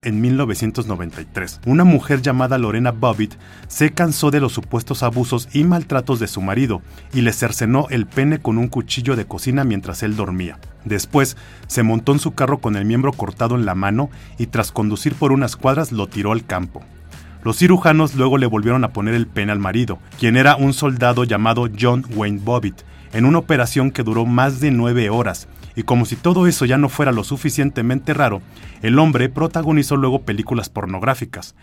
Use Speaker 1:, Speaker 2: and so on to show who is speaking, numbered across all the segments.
Speaker 1: En 1993, una mujer llamada Lorena Bobbitt se cansó de los supuestos abusos y maltratos de su marido y le cercenó el pene con un cuchillo de cocina mientras él dormía. Después, se montó en su carro con el miembro cortado en la mano y tras conducir por unas cuadras lo tiró al campo. Los cirujanos luego le volvieron a poner el pene al marido, quien era un soldado llamado John Wayne Bobbitt, en una operación que duró más de 9 horas. Y como si todo eso ya no fuera lo suficientemente raro, el hombre protagonizó luego películas pornográficas.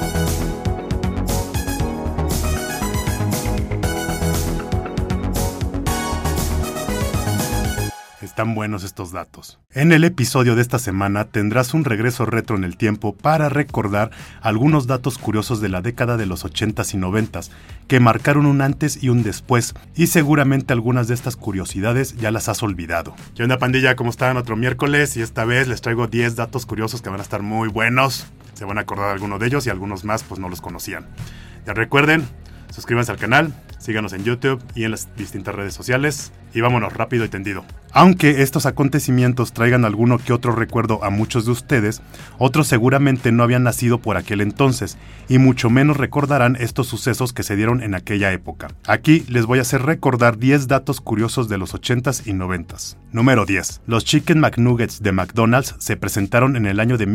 Speaker 1: Están buenos estos datos. En el episodio de esta semana tendrás un regreso retro en el tiempo para recordar algunos datos curiosos de la década de los 80s y 90s que marcaron un antes y un después, y seguramente algunas de estas curiosidades ya las has olvidado. ¿Qué onda, pandilla? ¿Cómo están? Otro miércoles, y esta vez les traigo 10 datos curiosos que van a estar muy buenos. Se van a acordar de algunos de ellos y algunos más pues no los conocían. Ya recuerden, suscríbanse al canal, síganos en YouTube y en las distintas redes sociales, y vámonos rápido y tendido. Aunque estos acontecimientos traigan alguno que otro recuerdo a muchos de ustedes, otros seguramente no habían nacido por aquel entonces, y mucho menos recordarán estos sucesos que se dieron en aquella época. Aquí les voy a hacer recordar 10 datos curiosos de los 80s y 90s. Número 10. Los Chicken McNuggets de McDonald's se presentaron en el año de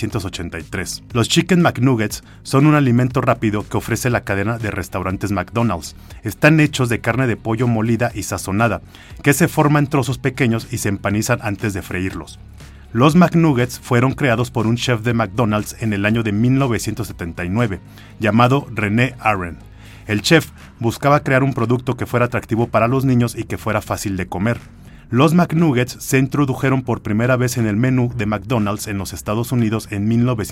Speaker 1: 1983. Los Chicken McNuggets son un alimento rápido que ofrece la cadena de restaurantes McDonald's. Están hechos de carne de pollo molida y sazonada, que se forma en trozos pequeños y se empanizan antes de freírlos. Los McNuggets fueron creados por un chef de McDonald's en el año de 1979, llamado René Arend. El chef buscaba crear un producto que fuera atractivo para los niños y que fuera fácil de comer. Los McNuggets se introdujeron por primera vez en el menú de McDonald's en los Estados Unidos en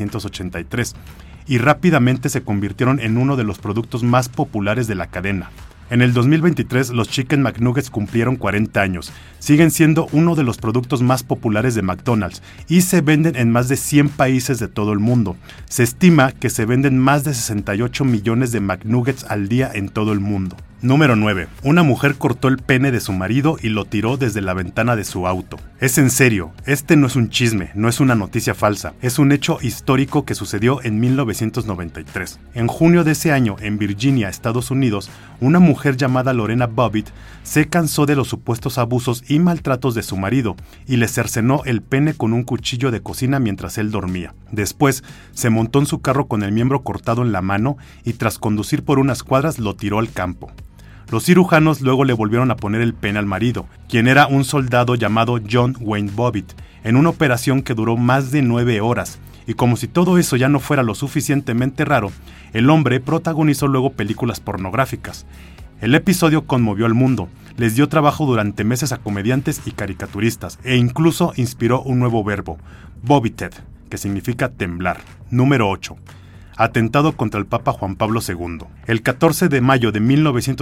Speaker 1: 1983 y rápidamente se convirtieron en uno de los productos más populares de la cadena. En el 2023, los Chicken McNuggets cumplieron 40 años, siguen siendo uno de los productos más populares de McDonald's y se venden en más de 100 países de todo el mundo. Se estima que se venden más de 68 millones de McNuggets al día en todo el mundo. Número 9. Una mujer cortó el pene de su marido y lo tiró desde la ventana de su auto. Es en serio, este no es un chisme, no es una noticia falsa, es un hecho histórico que sucedió en 1993. En junio de ese año, en Virginia, Estados Unidos, una mujer llamada Lorena Bobbitt se cansó de los supuestos abusos y maltratos de su marido y le cercenó el pene con un cuchillo de cocina mientras él dormía. Después, se montó en su carro con el miembro cortado en la mano y tras conducir por unas cuadras lo tiró al campo. Los cirujanos luego le volvieron a poner el pene al marido, quien era un soldado llamado John Wayne Bobbitt, en una operación que duró más de 9 horas. Y como si todo eso ya no fuera lo suficientemente raro, el hombre protagonizó luego películas pornográficas. El episodio conmovió al mundo, les dio trabajo durante meses a comediantes y caricaturistas, e incluso inspiró un nuevo verbo, Bobbitted, que significa temblar. Número 8. Atentado contra el Papa Juan Pablo II. El 14 de mayo de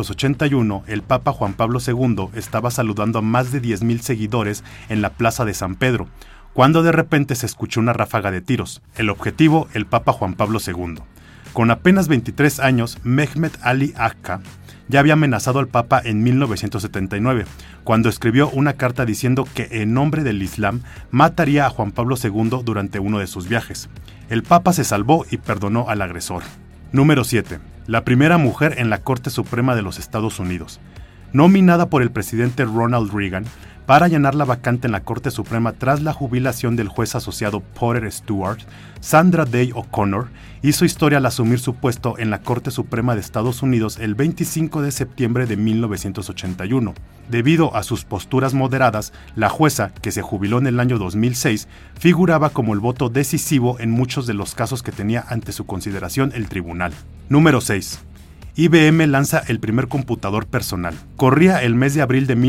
Speaker 1: 1981, el Papa Juan Pablo II estaba saludando a más de 10,000 seguidores en la Plaza de San Pedro, cuando de repente se escuchó una ráfaga de tiros. El objetivo, el Papa Juan Pablo II. Con apenas 23 años, Mehmet Ali Agca ya había amenazado al Papa en 1979, cuando escribió una carta diciendo que en nombre del Islam mataría a Juan Pablo II durante uno de sus viajes. El Papa se salvó y perdonó al agresor. Número 7. La primera mujer en la Corte Suprema de los Estados Unidos. Nominada por el presidente Ronald Reagan para llenar la vacante en la Corte Suprema tras la jubilación del juez asociado Potter Stewart, Sandra Day O'Connor hizo historia al asumir su puesto en la Corte Suprema de Estados Unidos el 25 de septiembre de 1981. Debido a sus posturas moderadas, la jueza, que se jubiló en el año 2006, figuraba como el voto decisivo en muchos de los casos que tenía ante su consideración el tribunal. Número 6. IBM lanza el primer computador personal. Corría el mes de abril de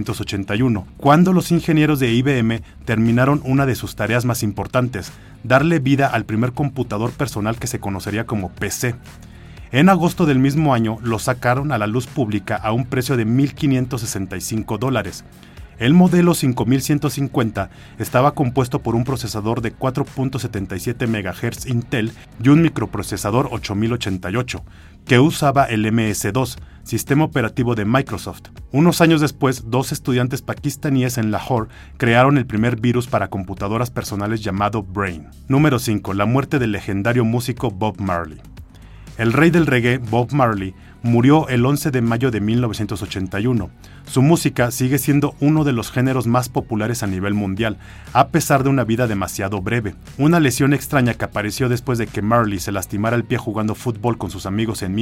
Speaker 1: 1981, cuando los ingenieros de IBM terminaron una de sus tareas más importantes, darle vida al primer computador personal que se conocería como PC. En agosto del mismo año lo sacaron a la luz pública a un precio de $1,565. El modelo 5150 estaba compuesto por un procesador de 4.77 MHz Intel y un microprocesador 8088, que usaba el MS-2, sistema operativo de Microsoft. Unos años después, 2 estudiantes pakistaníes en Lahore crearon el primer virus para computadoras personales llamado Brain. Número 5. La muerte del legendario músico Bob Marley. El rey del reggae, Bob Marley, murió el 11 de mayo de 1981. Su música sigue siendo uno de los géneros más populares a nivel mundial, a pesar de una vida demasiado breve. Una lesión extraña que apareció después de que Marley se lastimara el pie jugando fútbol con sus amigos en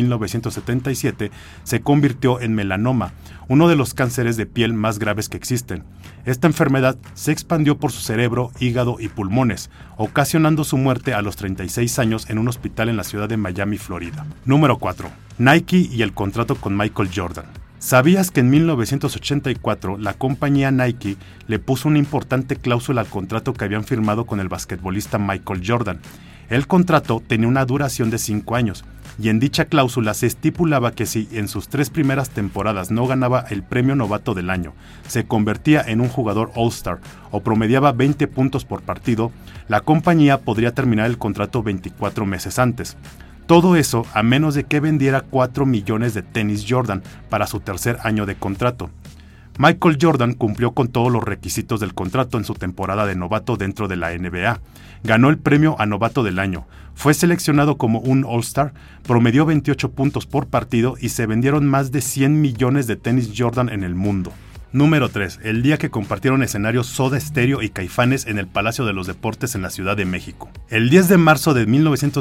Speaker 1: 1977 se convirtió en melanoma, uno de los cánceres de piel más graves que existen. Esta enfermedad se expandió por su cerebro, hígado y pulmones, ocasionando su muerte a los 36 años en un hospital en la ciudad de Miami, Florida. Número 4. Nike y el contrato con Michael Jordan. ¿Sabías que en 1984 la compañía Nike le puso una importante cláusula al contrato que habían firmado con el basquetbolista Michael Jordan? El contrato tenía una duración de 5 años, y en dicha cláusula se estipulaba que si en sus 3 primeras temporadas no ganaba el premio novato del año, se convertía en un jugador All-Star o promediaba 20 puntos por partido, la compañía podría terminar el contrato 24 meses antes. Todo eso a menos de que vendiera 4 millones de tenis Jordan para su tercer año de contrato. Michael Jordan cumplió con todos los requisitos del contrato en su temporada de novato dentro de la NBA. Ganó el premio a novato del año, fue seleccionado como un All-Star, promedió 28 puntos por partido y se vendieron más de 100 millones de tenis Jordan en el mundo. Número 3. El día que compartieron escenarios Soda Stereo y Caifanes en el Palacio de los Deportes en la Ciudad de México. El 10 de marzo de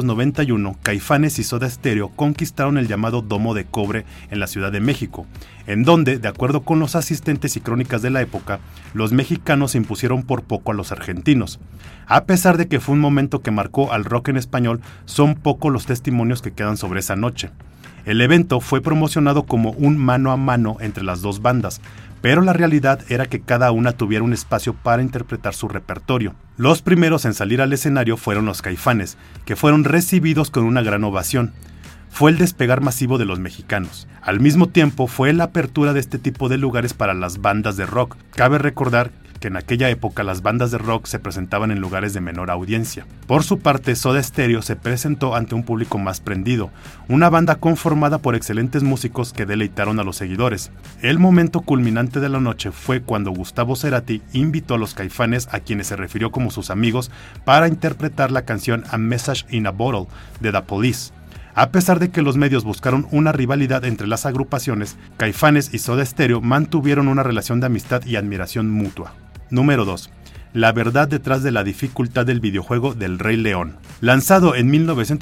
Speaker 1: 1991, Caifanes y Soda Stereo conquistaron el llamado Domo de Cobre en la Ciudad de México, en donde, de acuerdo con los asistentes y crónicas de la época, los mexicanos se impusieron por poco a los argentinos. A pesar de que fue un momento que marcó al rock en español, son pocos los testimonios que quedan sobre esa noche. El evento fue promocionado como un mano a mano entre las dos bandas, pero la realidad era que cada una tuviera un espacio para interpretar su repertorio. Los primeros en salir al escenario fueron los Caifanes, que fueron recibidos con una gran ovación. Fue el despegar masivo de los mexicanos. Al mismo tiempo, fue la apertura de este tipo de lugares para las bandas de rock. Cabe recordar que en aquella época las bandas de rock se presentaban en lugares de menor audiencia. Por su parte, Soda Stereo se presentó ante un público más prendido, una banda conformada por excelentes músicos que deleitaron a los seguidores. El momento culminante de la noche fue cuando Gustavo Cerati invitó a los Caifanes, a quienes se refirió como sus amigos, para interpretar la canción A Message in a Bottle de The Police. A pesar de que los medios buscaron una rivalidad entre las agrupaciones, Caifanes y Soda Stereo mantuvieron una relación de amistad y admiración mutua. Número 2. La verdad detrás de la dificultad del videojuego del Rey León. Lanzado en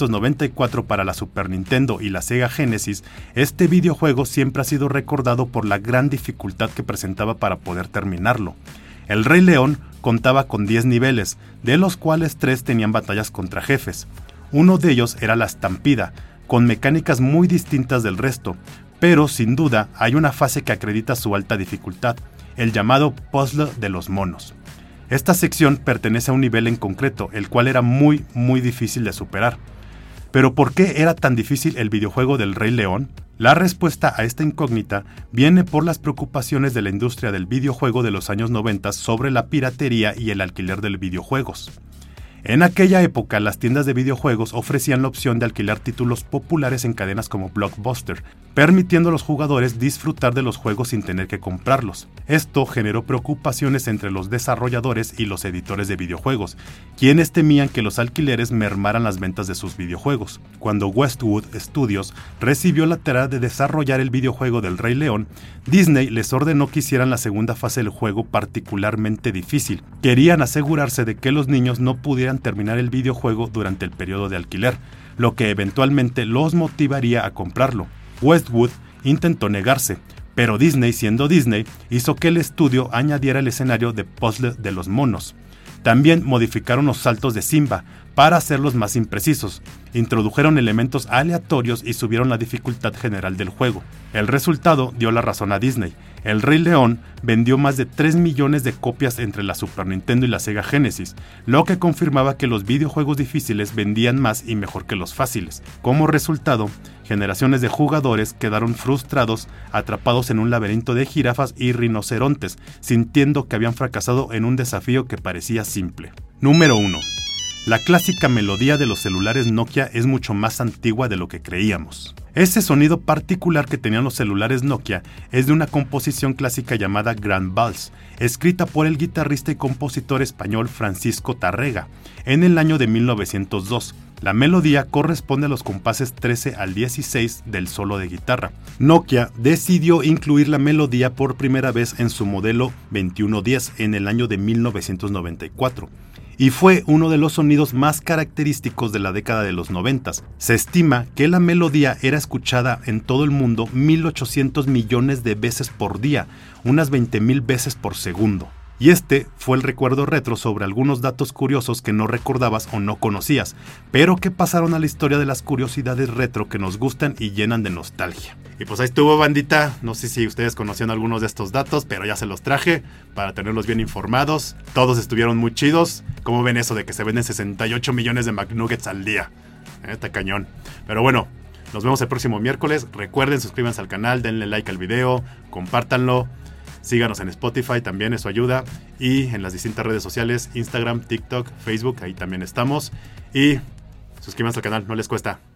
Speaker 1: 1994 para la Super Nintendo y la Sega Genesis, este videojuego siempre ha sido recordado por la gran dificultad que presentaba para poder terminarlo. El Rey León contaba con 10 niveles, de los cuales 3 tenían batallas contra jefes. Uno de ellos era la estampida, con mecánicas muy distintas del resto, pero sin duda hay una fase que acredita su alta dificultad, el llamado Puzzle de los Monos. Esta sección pertenece a un nivel en concreto, el cual era muy difícil de superar. ¿Pero por qué era tan difícil el videojuego del Rey León? La respuesta a esta incógnita viene por las preocupaciones de la industria del videojuego de los años 90 sobre la piratería y el alquiler de videojuegos. En aquella época, las tiendas de videojuegos ofrecían la opción de alquilar títulos populares en cadenas como Blockbuster, permitiendo a los jugadores disfrutar de los juegos sin tener que comprarlos. Esto generó preocupaciones entre los desarrolladores y los editores de videojuegos, quienes temían que los alquileres mermaran las ventas de sus videojuegos. Cuando Westwood Studios recibió la tarea de desarrollar el videojuego del Rey León, Disney les ordenó que hicieran la segunda fase del juego particularmente difícil. Querían asegurarse de que los niños no pudieran terminar el videojuego durante el periodo de alquiler, lo que eventualmente los motivaría a comprarlo. Westwood intentó negarse, pero Disney, siendo Disney, hizo que el estudio añadiera el escenario de Puzzle de los Monos. También modificaron los saltos de Simba para hacerlos más imprecisos, introdujeron elementos aleatorios y subieron la dificultad general del juego. El resultado dio la razón a Disney. El Rey León vendió más de 3 millones de copias entre la Super Nintendo y la Sega Genesis, lo que confirmaba que los videojuegos difíciles vendían más y mejor que los fáciles. Como resultado, generaciones de jugadores quedaron frustrados, atrapados en un laberinto de jirafas y rinocerontes, sintiendo que habían fracasado en un desafío que parecía simple. Número 1. La clásica melodía de los celulares Nokia es mucho más antigua de lo que creíamos. Ese sonido particular que tenían los celulares Nokia es de una composición clásica llamada Grand Vals, escrita por el guitarrista y compositor español Francisco Tárrega, en el año de 1902. La melodía corresponde a los compases 13 al 16 del solo de guitarra. Nokia decidió incluir la melodía por primera vez en su modelo 2110 en el año de 1994. Y fue uno de los sonidos más característicos de la década de los 90. Se estima que la melodía era escuchada en todo el mundo 1.800 millones de veces por día, unas 20.000 veces por segundo. Y este fue el recuerdo retro sobre algunos datos curiosos que no recordabas o no conocías, pero que pasaron a la historia de las curiosidades retro que nos gustan y llenan de nostalgia. Y pues ahí estuvo, bandita. No sé si ustedes conocían algunos de estos datos, pero ya se los traje para tenerlos bien informados. Todos estuvieron muy chidos. ¿Cómo ven eso de que se venden 68 millones de McNuggets al día? Está cañón. Pero bueno, nos vemos el próximo miércoles. Recuerden, suscríbanse al canal, denle like al video, compártanlo. Síganos en Spotify, también eso ayuda. Y en las distintas redes sociales, Instagram, TikTok, Facebook, ahí también estamos. Y suscríbanse al canal, no les cuesta.